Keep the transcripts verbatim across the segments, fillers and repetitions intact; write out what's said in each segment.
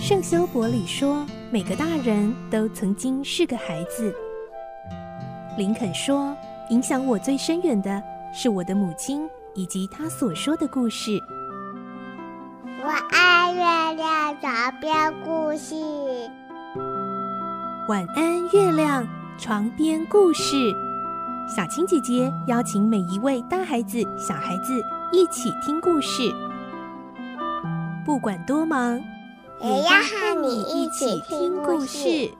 圣修伯里说，每个大人都曾经是个孩子。林肯说，影响我最深远的是我的母亲以及她所说的故事。 我爱月亮床边故事。 晚安，月亮床边故事。小青姐姐邀请每一位大孩子、小孩子一起听故事，不管多忙， 也要和你一起听故事。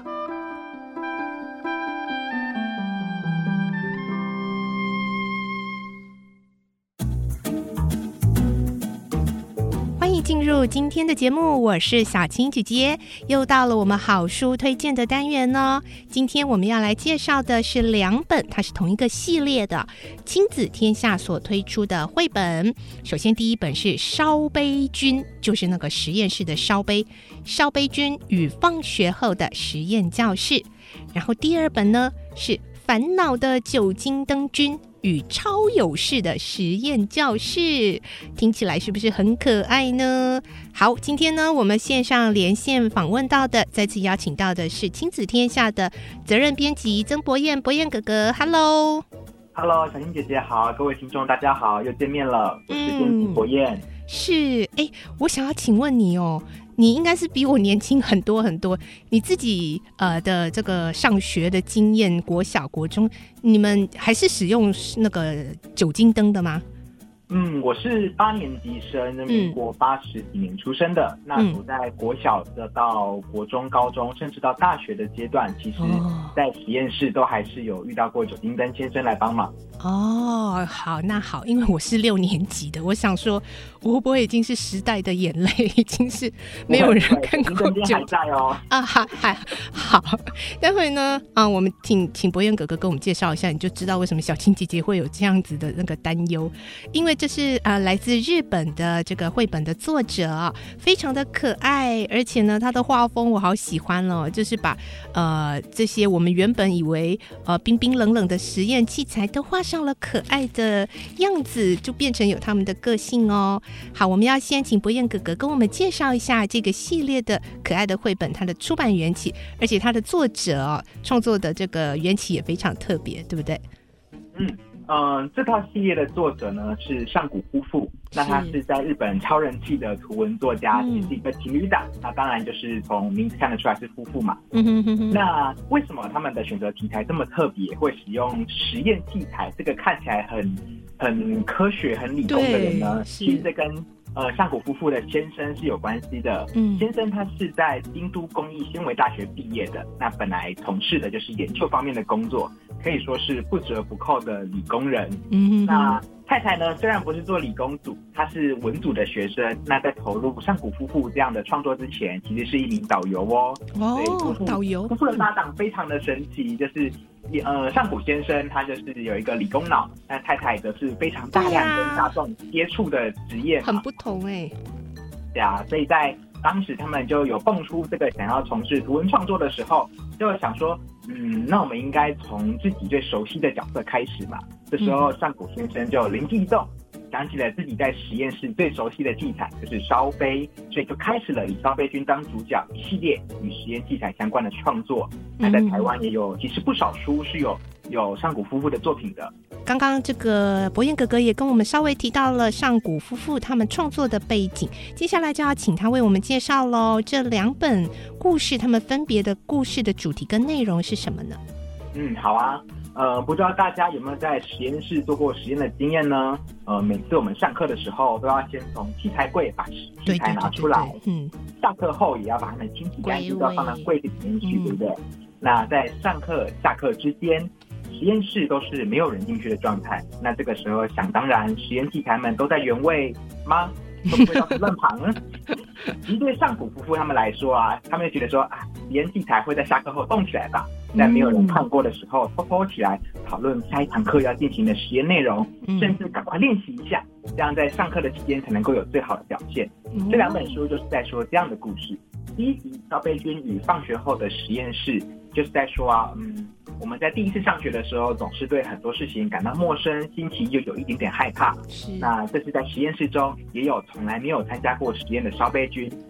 欢迎进入今天的节目，我是小青姐姐，又到了我们好书推荐的单元哦。今天我们要来介绍的是两本，它是同一个系列的亲子天下所推出的绘本。首先第一本是烧杯君，就是那个实验室的烧杯，烧杯君与放学后的实验教室。然后第二本呢是烦恼的酒精灯君与超有事的实验教室，听起来是不是很可爱呢？好，今天呢我们线上连线访问到的，再次邀请到的是亲子天下的责任编辑曾博彦，博彦哥哥 ，Hello。 Hello， 小青姐姐好，各位听众大家好，又见面了，我是编辑博彦。嗯、 是，哎，我想要请问你哦，你应该是比我年轻很多很多，你自己呃的这个上学的经验，国小、国中，你们还是使用那个酒精灯的吗？ 嗯，我是八年级生，民国八十几年出生的。嗯、那我在国小的到国中、高中，甚至到大学的阶段，其实在实验室都还是有遇到过酒精灯先生来帮忙。 哦，好，那好，因为我是六年级的，我想说，我会不会已经是时代的眼泪，已经是没有人看过酒精还在哦。 啊，还还好，待会呢，啊，我们请请博彦哥哥跟我们介绍一下，你就知道为什么小青姐姐会有这样子的那个担忧，因为这是啊、呃、来自日本的这个绘本的作者，非常的可爱，而且呢，他的画风我好喜欢哦，就是把呃这些我们原本以为呃冰冰冷冷的实验器材都画上了可爱的样子，就变成有他们的个性哦。好，我们要先请博彦哥哥跟我们介绍一下这个系列的可爱的绘本，它的出版缘起，而且它的作者哦创作的这个缘起也非常特别，对不对？ 嗯。嗯，这套系列的作者呢是上古夫妇，那他是在日本超人气的图文作家，嗯、是一个情侣档。那当然就是从名字看得出来是夫妇嘛。嗯哼哼哼。那为什么他们的选择题材这么特别，会使用实验器材？这个看起来很很科学、很理工的人呢？其实这跟呃上古夫妇的先生是有关系的。嗯，先生他是在京都工艺纤维大学毕业的，那本来从事的就是研究方面的工作。可以说是不折不扣的理工人。嗯，那太太呢，虽然不是做理工组，她是文组的学生。那在投入上古夫妇这样的创作之前，其实是一名导游哦。 哦，导游。 夫妇的搭档非常的神奇，就是呃，上古先生他就是有一个理工脑，但太太则是非常大量跟大众接触的职业， 很不同哎、欸。 对啊，所以在当时他们就有蹦出这个想要从事图文创作的时候，就想说，嗯，那我们应该从自己最熟悉的角色开始嘛。这时候上古先生就灵机一动，想起了自己在实验室最熟悉的器材，就是烧杯，所以就开始了以烧杯君当主角一系列与实验器材相关的创作。那在台湾也有其实不少书是有有上古夫妇的作品的。 刚刚这个博彦哥哥也跟我们稍微提到了上古夫妇他们创作的背景，接下来就要请他为我们介绍咯，这两本故事他们分别的故事的主题跟内容是什么呢？ 嗯，好啊。呃，不知道大家有没有在实验室做过实验的经验呢？呃，每次我们上课的时候都要先从器材柜把器材拿出来，对对对对对，嗯，下课后也要把它们清洗干净，都要放到柜子里面去，对不对？那在上课下课之间，实验室都是没有人进去的状态。那这个时候想当然，实验器材们都在原位吗？会不会到处乱跑呢？其实对上古夫妇他们来说啊，他们就觉得说啊，实验器材会在下课后动起来吧，在没有人看过的时候偷偷起来讨论下一堂课要进行的实验内容，甚至赶快练习一下，这样在上课的期间才能够有最好的表现。这两本书就是在说这样的故事。第一集烧杯君与放学后的实验室，就是在说啊，嗯，我们在第一次上学的时候，总是对很多事情感到陌生，心情又有一点点害怕。那这次在实验室中，也有从来没有参加过实验的烧杯君，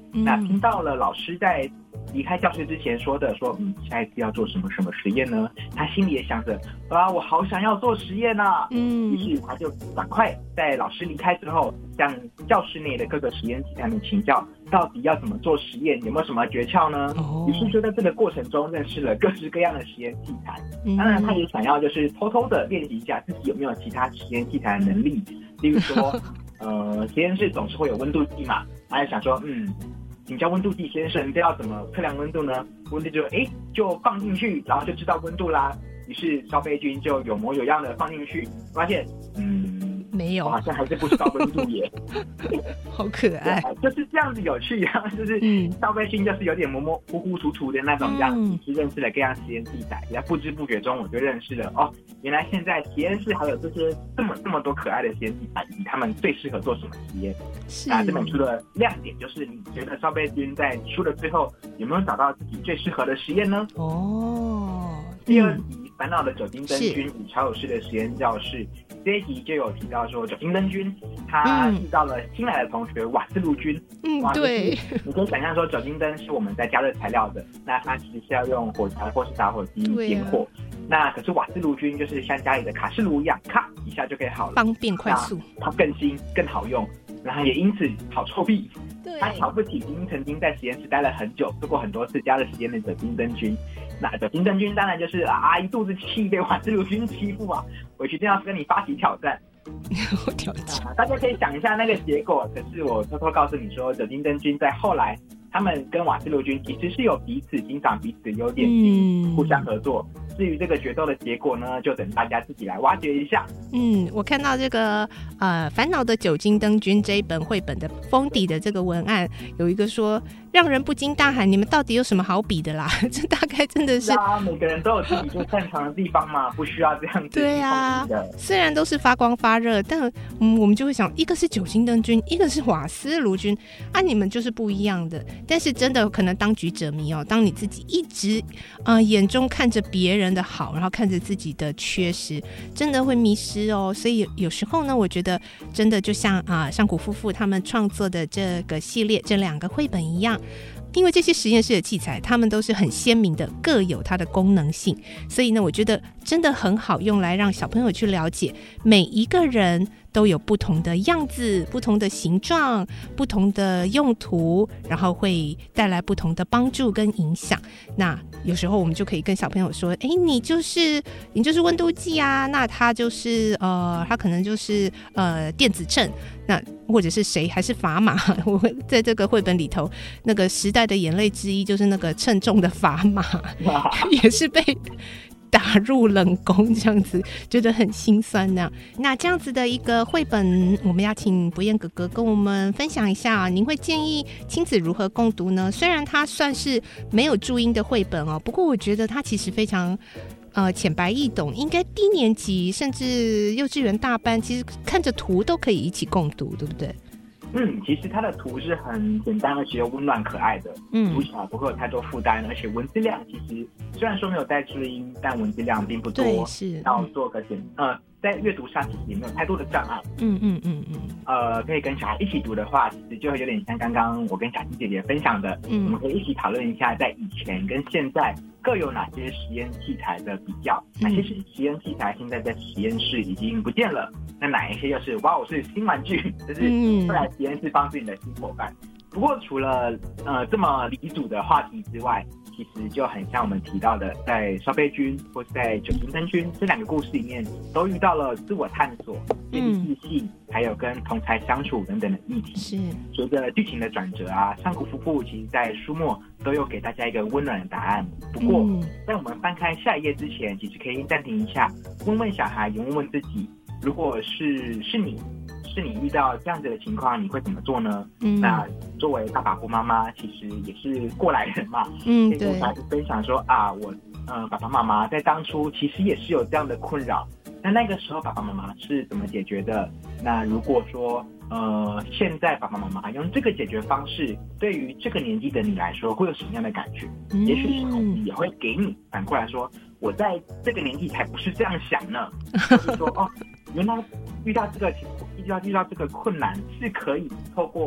嗯、那听到了老师在离开教室之前说的说嗯，下一次要做什么什么实验呢，他心里也想着啊，我好想要做实验啊。嗯，于是他就赶快在老师离开之后向教室内的各个实验器材们请教到底要怎么做实验，有没有什么诀窍呢？哦，于是就在这个过程中认识了各式各样的实验器材。嗯、当然他也想要就是偷偷的练习一下自己有没有其他实验器材的能力，例如说呃，实验室总是会有温度计嘛，他也想说嗯请教温度计先生，这要怎么测量温度呢？温度就哎就放进去，然后就知道温度啦。于是烧杯菌就有模有样的放进去，发现嗯没有， 好像还是不知道温度耶。 好可爱， 就是这样子有趣啊！就是烧杯菌就是有点模模糊糊涂涂的那种样子，去、嗯、认识了各样实验器材，在不知不觉中我就认识了哦，原来现在实验室还有这些这么这么多可爱的实验器材，以及他们最适合做什么实验。那这本书的亮点就是你觉得烧杯菌在书的最后有没有找到自己最适合的实验呢？哦，第二集烦恼的酒精灯菌与乔有士的实验教室。这一集就有提到说，酒精灯菌它遇到了新来的同学瓦斯炉菌。 嗯，对， 你可以想象说，酒精灯是我们在加热材料的，那它其实是要用火柴或是打火机点火。啊、那可是瓦斯炉菌就是像家里的卡式炉一样，咔一下就可以好了， 方便快速， 它更新更好用，然后也因此好臭屁。他瞧不起已经曾经在实验室待了很久，做过很多次加热实验的酒精灯菌。那酒精灯菌当然就是啊一肚子气被瓦斯炉菌欺负啊，我决定要跟你发起挑战。 挑战、 啊，大家可以想一下那个结果。可是我偷偷告诉你说，酒精灯菌在后来，他们跟瓦斯炉菌其实是有彼此欣赏彼此的优点，嗯，互相合作。至于这个决斗的结果呢，就等大家自己来挖掘一下。 嗯，我看到这个呃烦恼的酒精灯菌这一本绘本的封底的这个文案，有一个说让人不禁大喊：你们到底有什么好比的啦？这大概真的是啊，每个人都有自己最擅长的地方嘛，不需要这样子。 对啊，虽然都是发光发热，但嗯，我们就会想，一个是酒精灯菌，一个是瓦斯炉菌，啊，你们就是不一样的。但是真的可能当局者迷哦，当你自己一直呃眼中看着别人的好，然后看着自己的缺失，真的会迷失哦。所以有时候呢，我觉得真的就像啊、呃、上古夫妇他们创作的这个系列这两个绘本一样，因为这些实验室的器材他们都是很鲜明的，各有它的功能性，所以呢我觉得真的很好用来让小朋友去了解每一个人都有不同的样子，不同的形状，不同的用途，然后会带来不同的帮助跟影响。那有时候我们就可以跟小朋友说，哎，你就是你就是温度计啊，那它就是呃，它可能就是呃电子秤，那或者是谁还是砝码？我会在这个绘本里头，那个时代的眼泪之一就是那个称重的砝码，也是被打入冷宫，这样子觉得很心酸呢。那这样子的一个绘本，我们要请博彦哥哥跟我们分享一下、啊、您会建议亲子如何共读呢？虽然它算是没有注音的绘本哦，不过我觉得它其实非常呃浅白易懂，应该低年级甚至幼稚园大班，其实看着图都可以一起共读，对不对？ 嗯，其实它的图是很简单而且温暖可爱的，嗯，读起来不会有太多负担，而且文字量其实虽然说没有带注音，但文字量并不多，是要做个简呃，在阅读上其实也没有太多的障碍，嗯嗯嗯嗯，呃，可以跟小孩一起读的话，其实就有点像刚刚我跟小青姐姐分享的，嗯，我们可以一起讨论一下在以前跟现在各有哪些实验器材的比较，哪些是实验器材现在在实验室已经不见了，那哪一些又是哇我是新玩具，就是未来实验室帮助你的新伙伴。不过除了呃这么离组的话题之外，其实就很像我们提到的，在烧杯菌或是在酒精灯菌这两个故事里面，都遇到了自我探索、建立自信，还有跟同侪相处等等的议题。是随着剧情的转折啊，上古夫妇其实在书末都有给大家一个温暖的答案。不过、嗯、在我们翻开下一页之前，其实可以暂停一下，问问小孩，也问问自己，如果是是你是你遇到这样子的情况，你会怎么做呢？嗯，那作为爸爸或妈妈，其实也是过来人嘛，嗯，对，可以跟孩子分享说啊，我呃爸爸妈妈在当初其实也是有这样的困扰，那那个时候爸爸妈妈是怎么解决的？那如果说呃现在爸爸妈妈用这个解决方式，对于这个年纪的你来说，会有什么样的感觉？嗯、也许孩子也会给你反过来说，我在这个年纪才不是这样想呢，就是说哦，原来遇到这个情况。遇到遇到这个困难是可以透过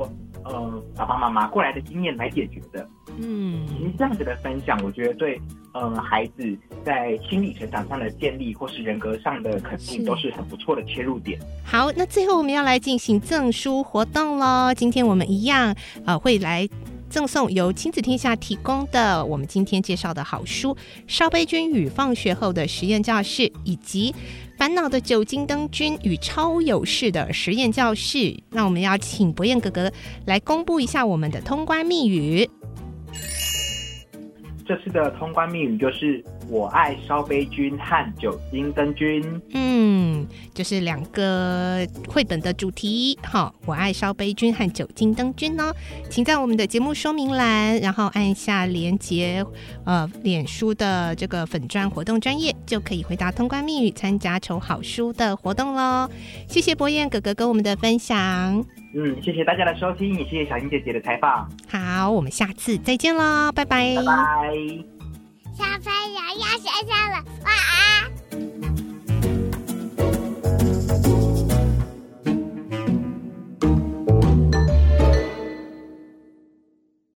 呃爸爸妈妈过来的经验来解决的。嗯，其实这样子的分享，我觉得对呃孩子在心理成长上的建立，或是人格上的肯定，都是很不错的切入点。 好，那最后我们要来进行赠书活动咯。今天我们一样呃会来赠送由亲子天下提供的我们今天介绍的好书《烧杯君与放学后的实验教室》，以及烦恼的酒精灯君与超有事的实验教室。那我们要请博彦哥哥来公布一下我们的通关密语。 这次的通关密语就是我爱烧杯君和酒精灯君。嗯， 就是两个绘本的主题。好，我爱烧杯君和酒精灯君哦，请在我们的节目说明栏，然后按下连结呃脸书的这个粉专活动专页，就可以回答通关密语，参加抽好书的活动咯。谢谢博彦哥哥跟我们的分享。 嗯，谢谢大家的收听，也谢谢小英姐姐的采访。 好，我们下次再见咯，拜拜。 拜拜。 小朋友要睡觉了，晚安。